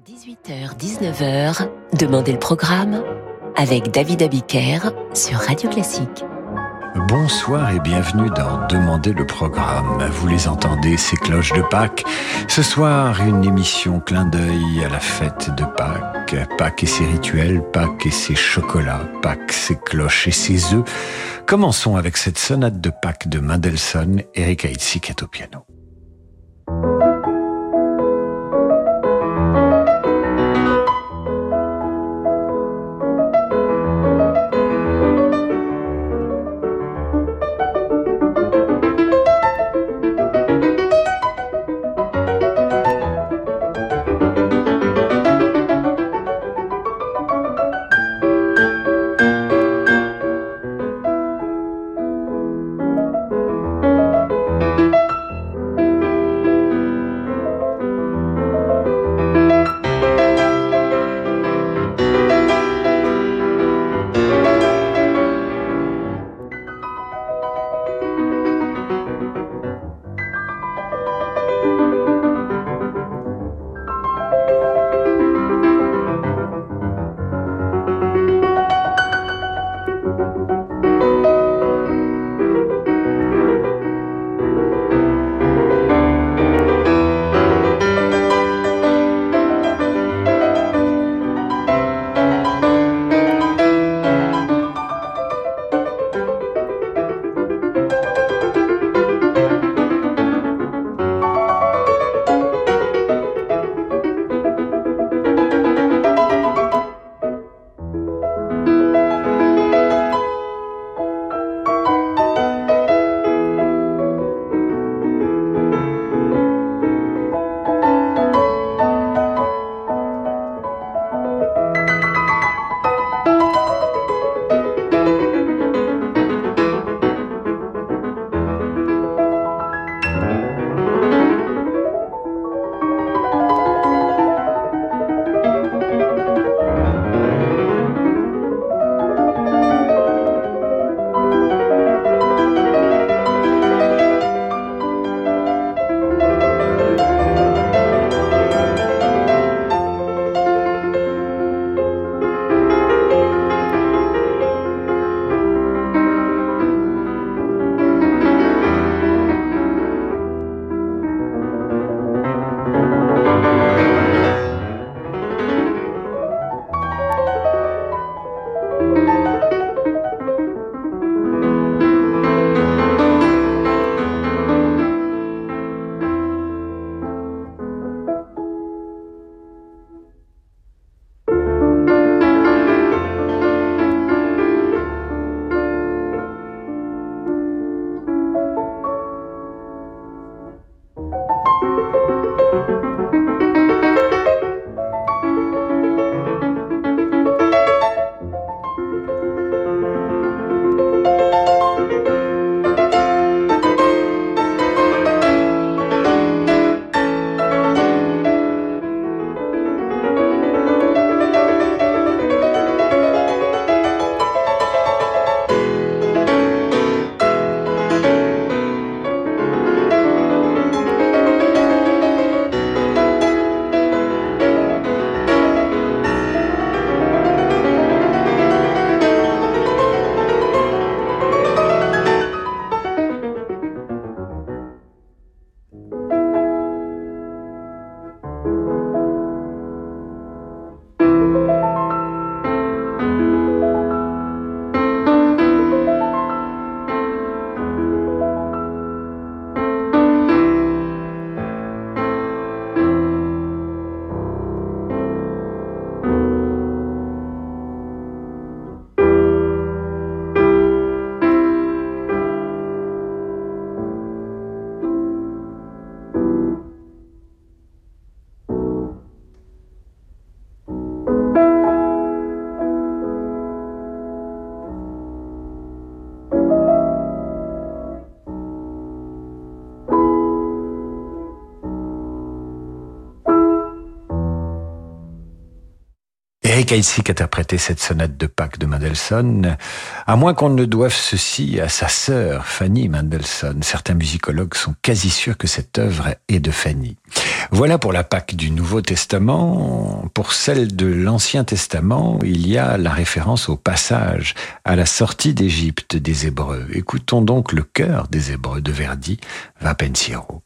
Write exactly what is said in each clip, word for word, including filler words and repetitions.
dix-huit heures dix-neuf heures, Demandez le programme avec David Abiker sur Radio Classique. Bonsoir et bienvenue dans Demandez le programme. Vous les entendez, ces cloches de Pâques. Ce soir, une émission clin d'œil à la fête de Pâques. Pâques et ses rituels, Pâques et ses chocolats, Pâques, ses cloches et ses œufs. Commençons avec cette sonate de Pâques de Mendelssohn, Erika Heitzig est au piano. Eric Heizig interprétait cette sonate de Pâques de Mendelssohn, à moins qu'on ne doive ceci à sa sœur, Fanny Mendelssohn. Certains musicologues sont quasi sûrs que cette œuvre est de Fanny. Voilà pour la Pâque du Nouveau Testament. Pour celle de l'Ancien Testament, il y a la référence au passage à la sortie d'Égypte des Hébreux. Écoutons donc le chœur des Hébreux de Verdi, Va pensiero.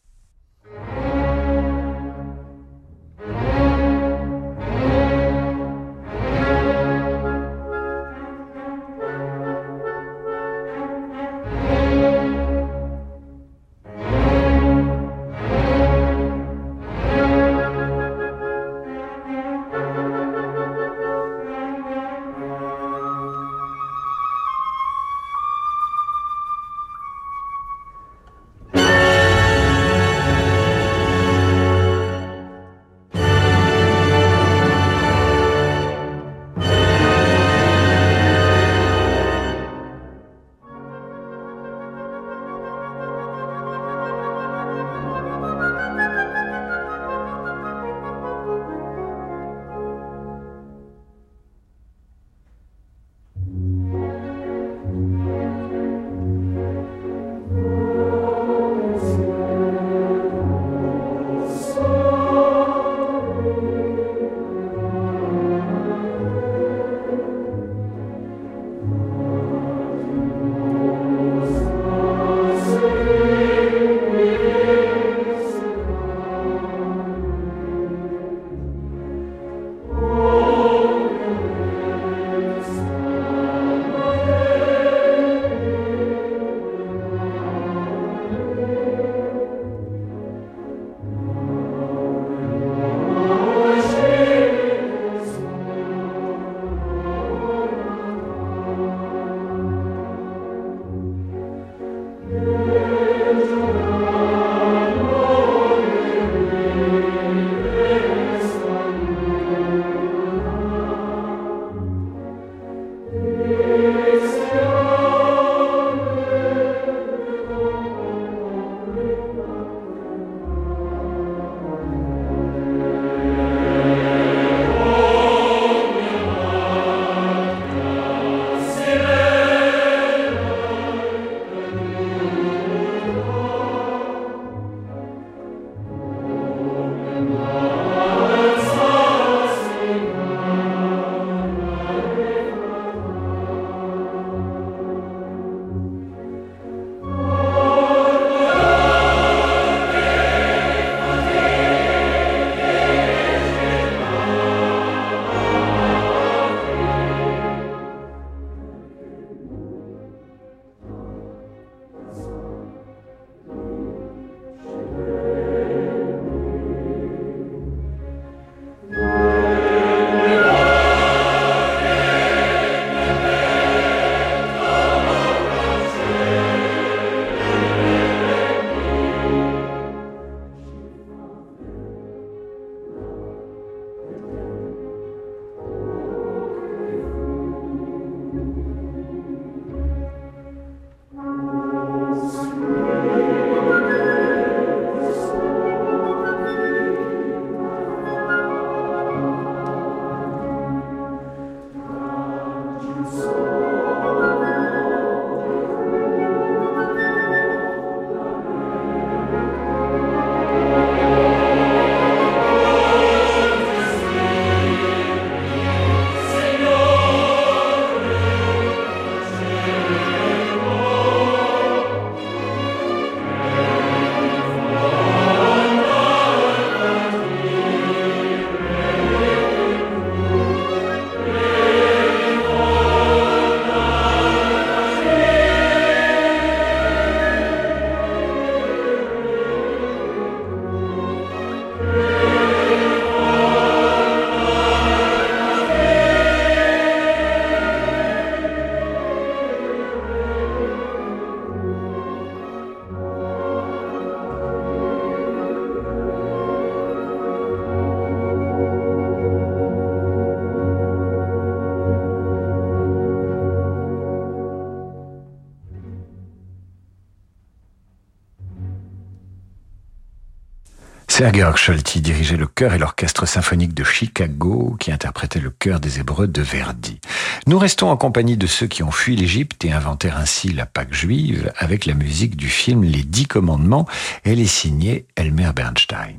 Père Georg Scholti dirigeait le chœur et l'orchestre symphonique de Chicago qui interprétait le chœur des Hébreux de Verdi. Nous restons en compagnie de ceux qui ont fui l'Égypte et inventèrent ainsi la Pâque juive avec la musique du film Les Dix Commandements. Elle est signée Elmer Bernstein.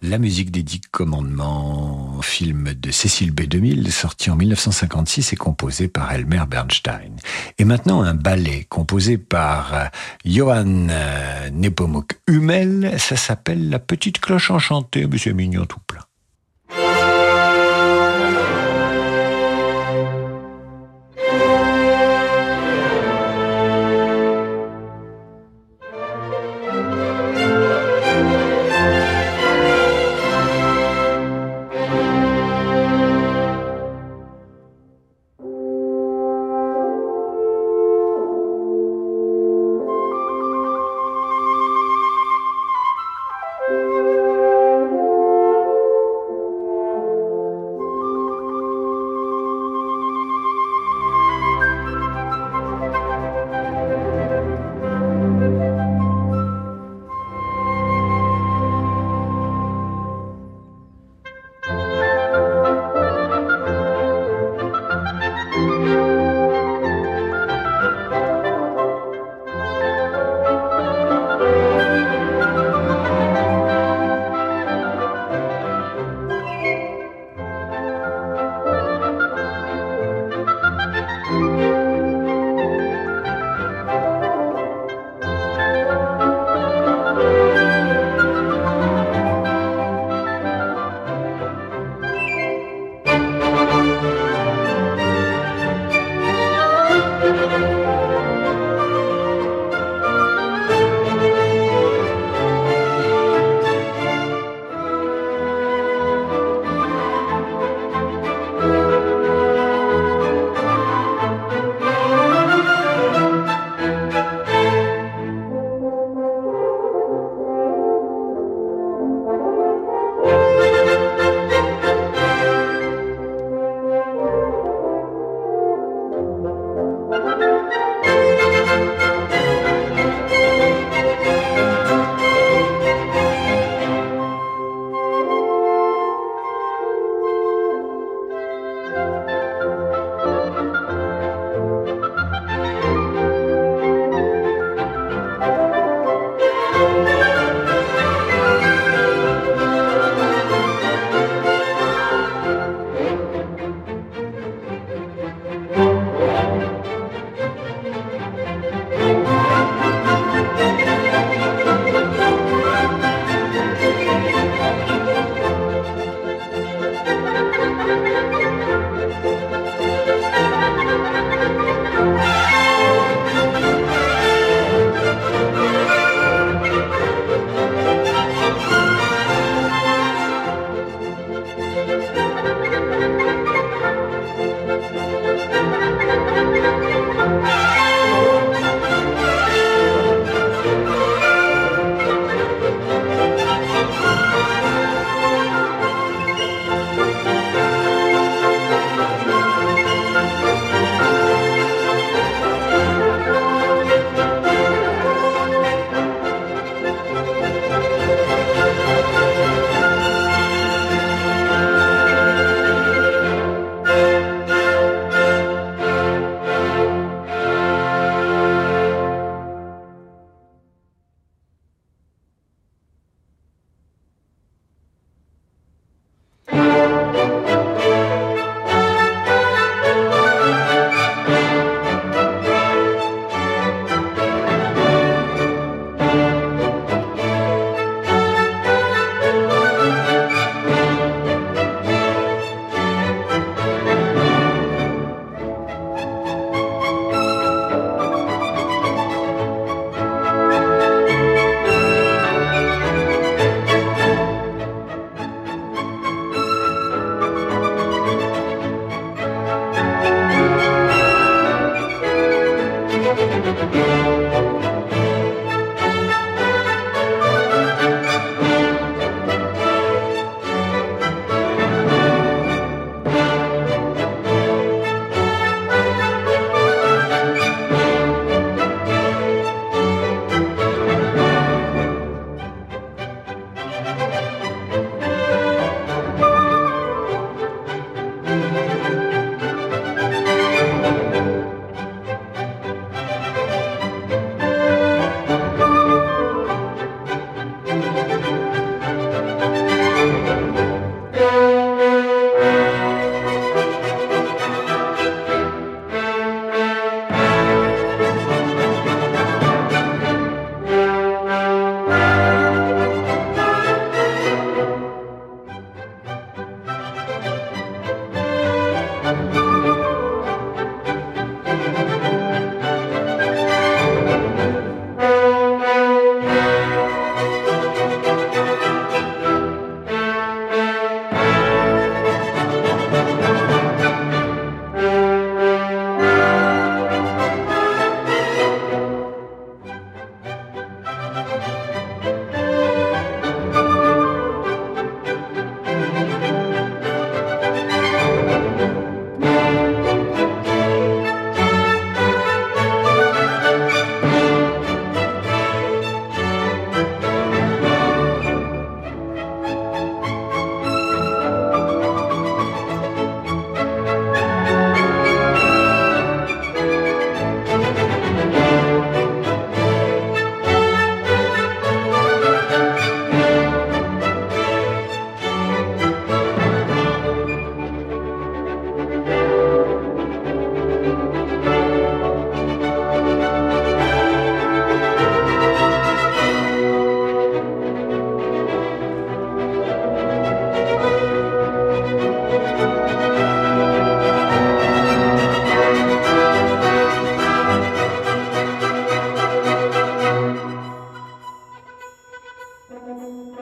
La musique des Dix Commandements, film de Cécile B deux mille, sorti en mille neuf cent cinquante-six et composé par Elmer Bernstein. Et maintenant, un ballet composé par Johann Nepomuk Hummel. Ça s'appelle La Petite Cloche Enchantée. Mais c'est mignon tout plein.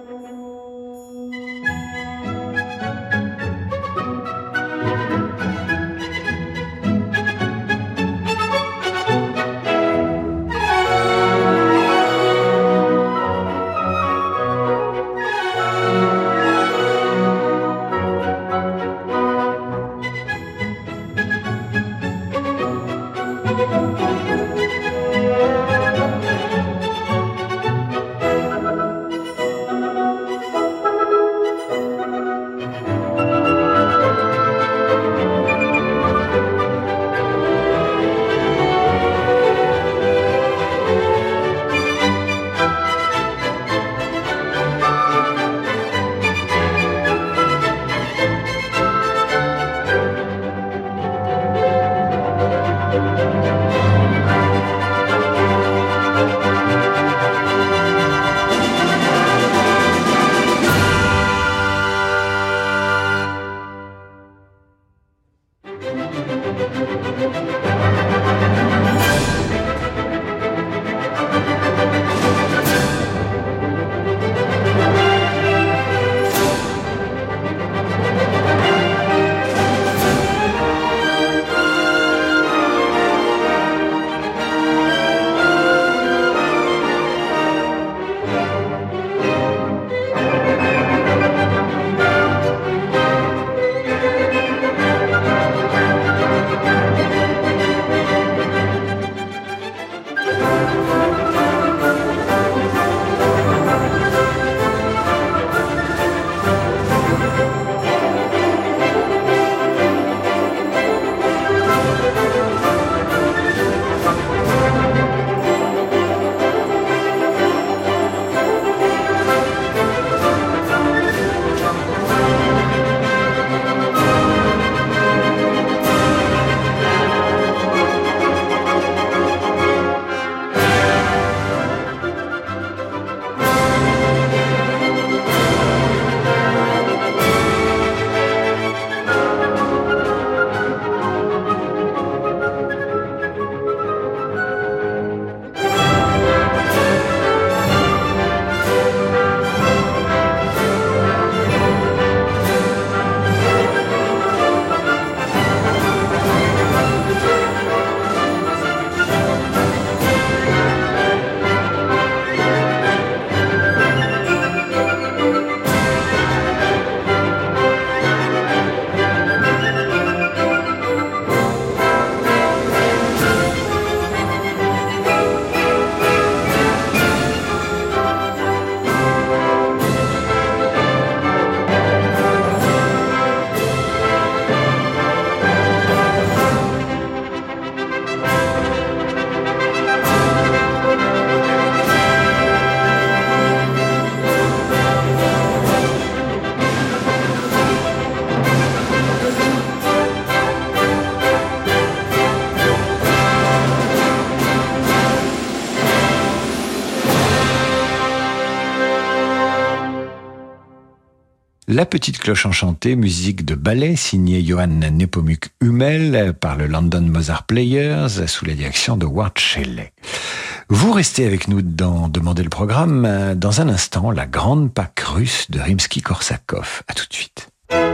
La Petite Cloche Enchantée, musique de ballet signée Johann Nepomuk Hummel par le London Mozart Players sous la direction de Ward Shelley. Vous restez avec nous dans Demandez le programme. Dans un instant, la grande Pâque russe de Rimsky-Korsakov. À tout de suite.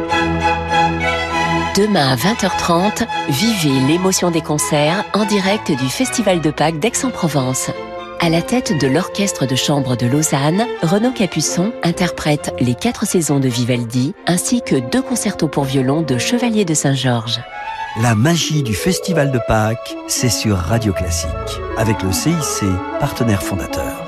Demain à vingt heures trente, vivez l'émotion des concerts en direct du Festival de Pâques d'Aix-en-Provence. À la tête de l'Orchestre de chambre de Lausanne, Renaud Capuçon interprète les quatre saisons de Vivaldi ainsi que deux concertos pour violon de Chevalier de Saint-Georges. La magie du Festival de Pâques, c'est sur Radio Classique, avec le C I C, partenaire fondateur.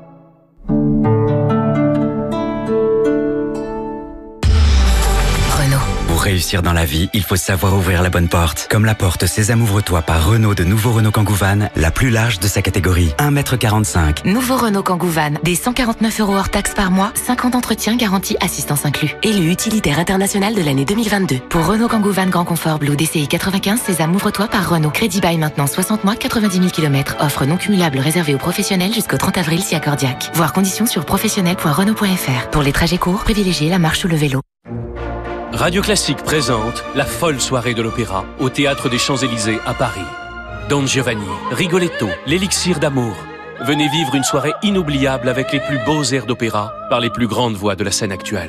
Pour réussir dans la vie, il faut savoir ouvrir la bonne porte. Comme la porte Sésame ouvre-toi par Renault de nouveau Renault Kangoo Van, la plus large de sa catégorie, un mètre quarante-cinq. Nouveau Renault Kangoo Van, des cent quarante-neuf euros hors taxe par mois, cinquante entretiens garantie assistance inclus. Élu utilitaire international de l'année deux mille vingt-deux. Pour Renault Kangoo Van Grand Confort Blue D C I quatre-vingt-quinze, Sésame ouvre-toi par Renault. Crédit bail maintenant soixante mois, quatre-vingt-dix mille kilomètres. Offre non cumulable réservée aux professionnels jusqu'au trente avril si accordiaque. Voir conditions sur professionnel point renault point f r. Pour les trajets courts, privilégiez la marche ou le vélo. Radio Classique présente la folle soirée de l'opéra au Théâtre des Champs-Élysées à Paris. Don Giovanni, Rigoletto, l'élixir d'amour, Venez vivre une soirée inoubliable avec les plus beaux airs d'opéra par les plus grandes voix de la scène actuelle.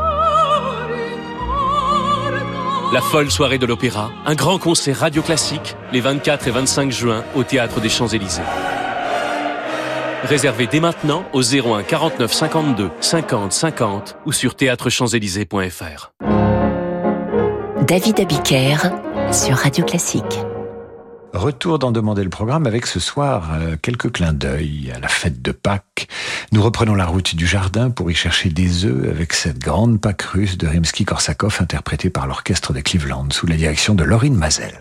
La folle soirée de l'opéra, un grand concert radio classique les vingt-quatre et vingt-cinq juin au Théâtre des Champs-Élysées. Réservez dès maintenant au zéro un quarante-neuf cinquante-deux cinquante cinquante ou sur théâtre champs élysées point f r. David Abiker sur Radio Classique. Retour d'en demander le programme avec ce soir euh, quelques clins d'œil à la fête de Pâques. Nous reprenons la route du jardin pour y chercher des œufs avec cette grande Pâques russe de Rimsky-Korsakov interprétée par l'orchestre de Cleveland sous la direction de Laurine Mazel.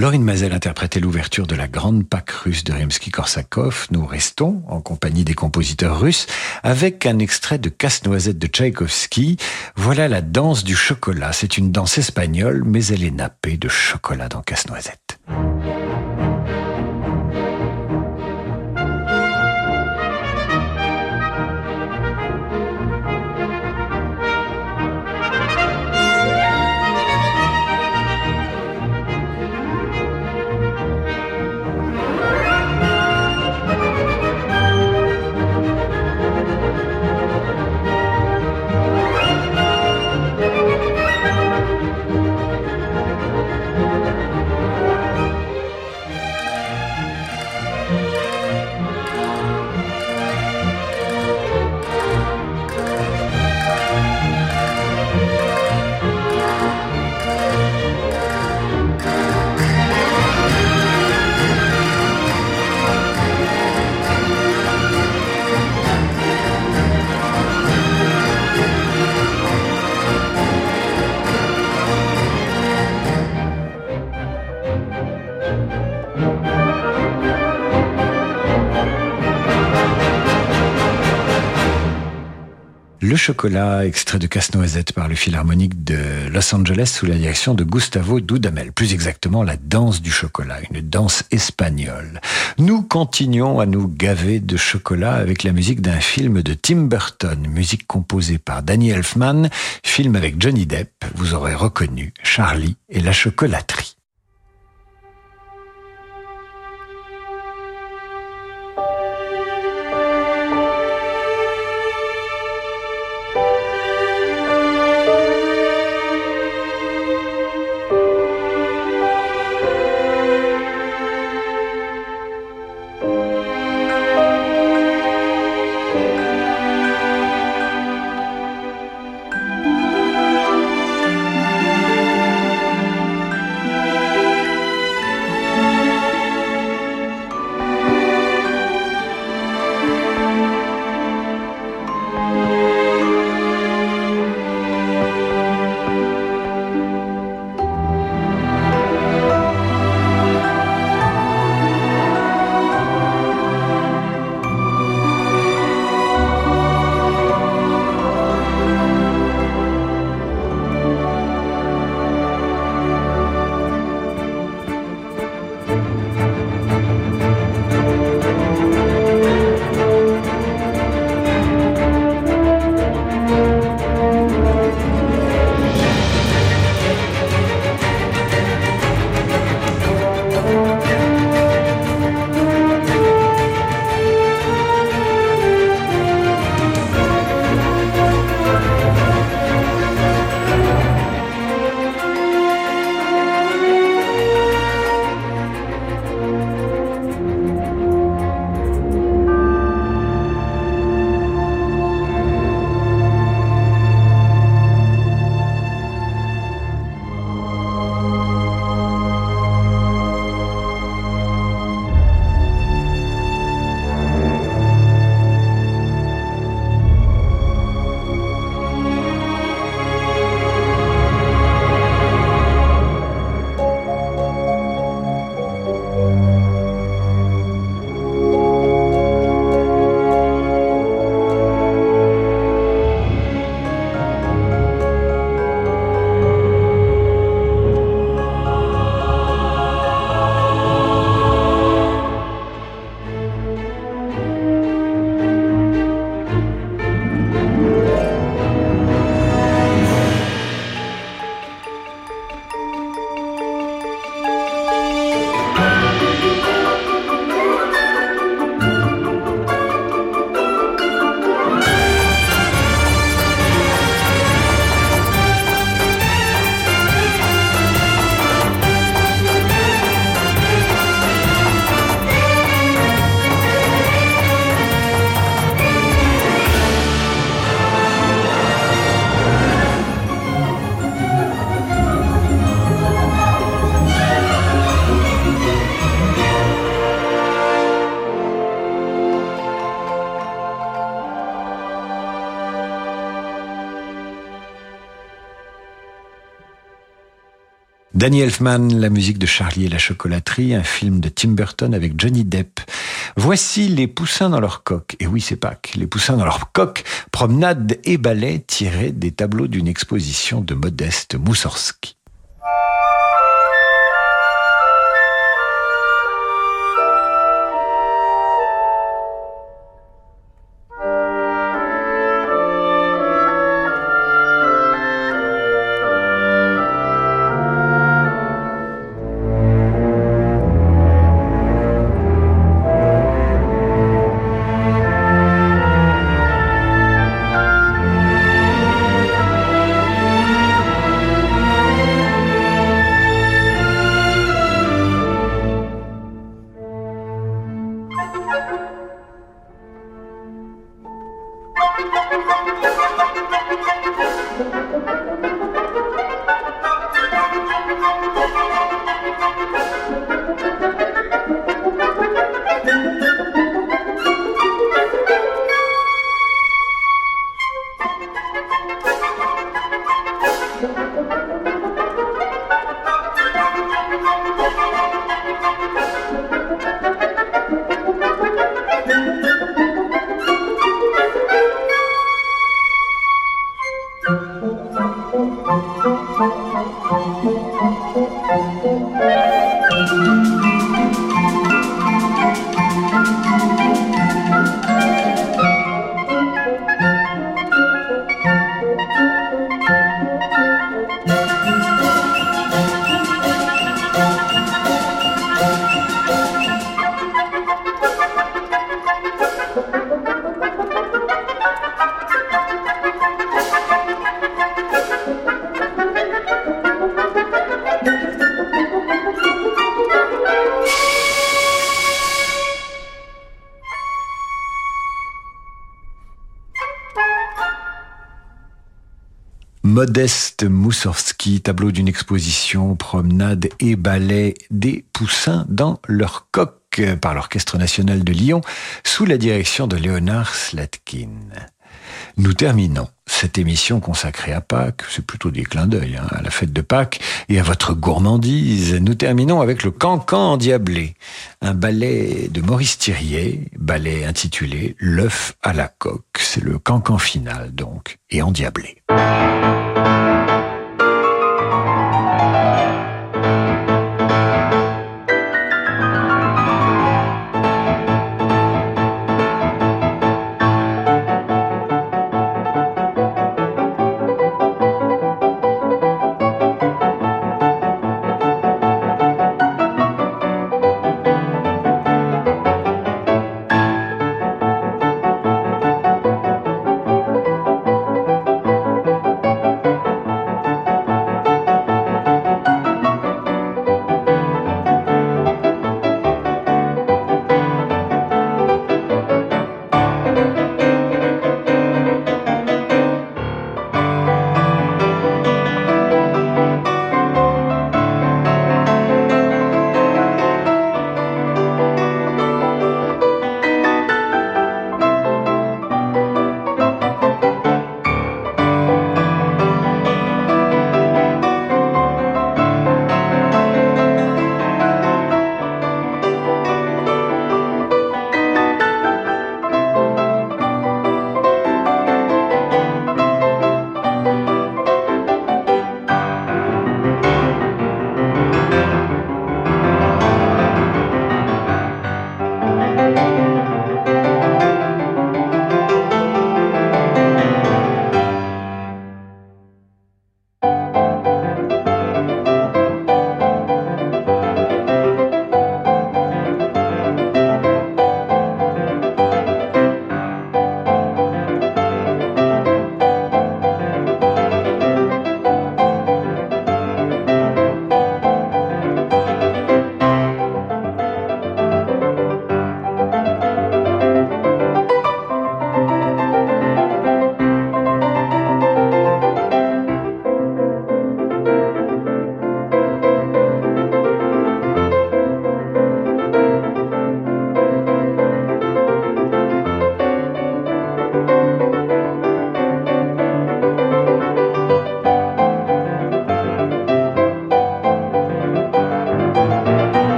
Laurine Mazel interprétait l'ouverture de la Grande Pâque russe de Rimsky-Korsakov. Nous restons en compagnie des compositeurs russes avec un extrait de Casse-Noisette de Tchaïkovski. Voilà la danse du chocolat. C'est une danse espagnole, mais elle est nappée de chocolat dans Casse-Noisette. Le chocolat, extrait de Casse-Noisette par le Philharmonique de Los Angeles sous la direction de Gustavo Dudamel. Plus exactement, la danse du chocolat, une danse espagnole. Nous continuons à nous gaver de chocolat avec la musique d'un film de Tim Burton, musique composée par Danny Elfman, film avec Johnny Depp. Vous aurez reconnu Charlie et la chocolaterie. Danny Elfman, la musique de Charlie et la chocolaterie, un film de Tim Burton avec Johnny Depp. Voici les poussins dans leur coque. Et oui, c'est Pâques. Les poussins dans leur coque, promenade et ballet tirés des tableaux d'une exposition de Modeste Moussorgsky. Modeste Moussorgsky, tableau d'une exposition, promenade et ballet des poussins dans leur coque par l'Orchestre national de Lyon sous la direction de Léonard Slatkin. Nous terminons cette émission consacrée à Pâques, c'est plutôt des clins d'œil hein, à la fête de Pâques et à votre gourmandise. Nous terminons avec le Cancan endiablé, un ballet de Maurice Thiriet, ballet intitulé L'œuf à la coque. C'est le Cancan final donc, et endiablé.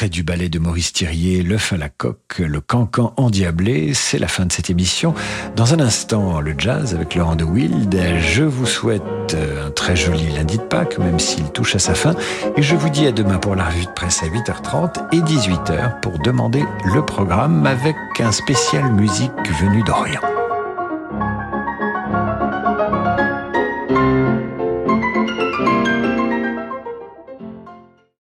extrait du ballet de Maurice Thiriet, L'œuf à la coque, le cancan endiablé. C'est la fin de cette émission. Dans un instant, le jazz avec Laurent de Wild. Je vous souhaite un très joli lundi de Pâques, même s'il touche à sa fin. Et je vous dis à demain pour la revue de presse à huit heures trente et dix-huit heures pour demander le programme avec un spécial musique venu d'Orient.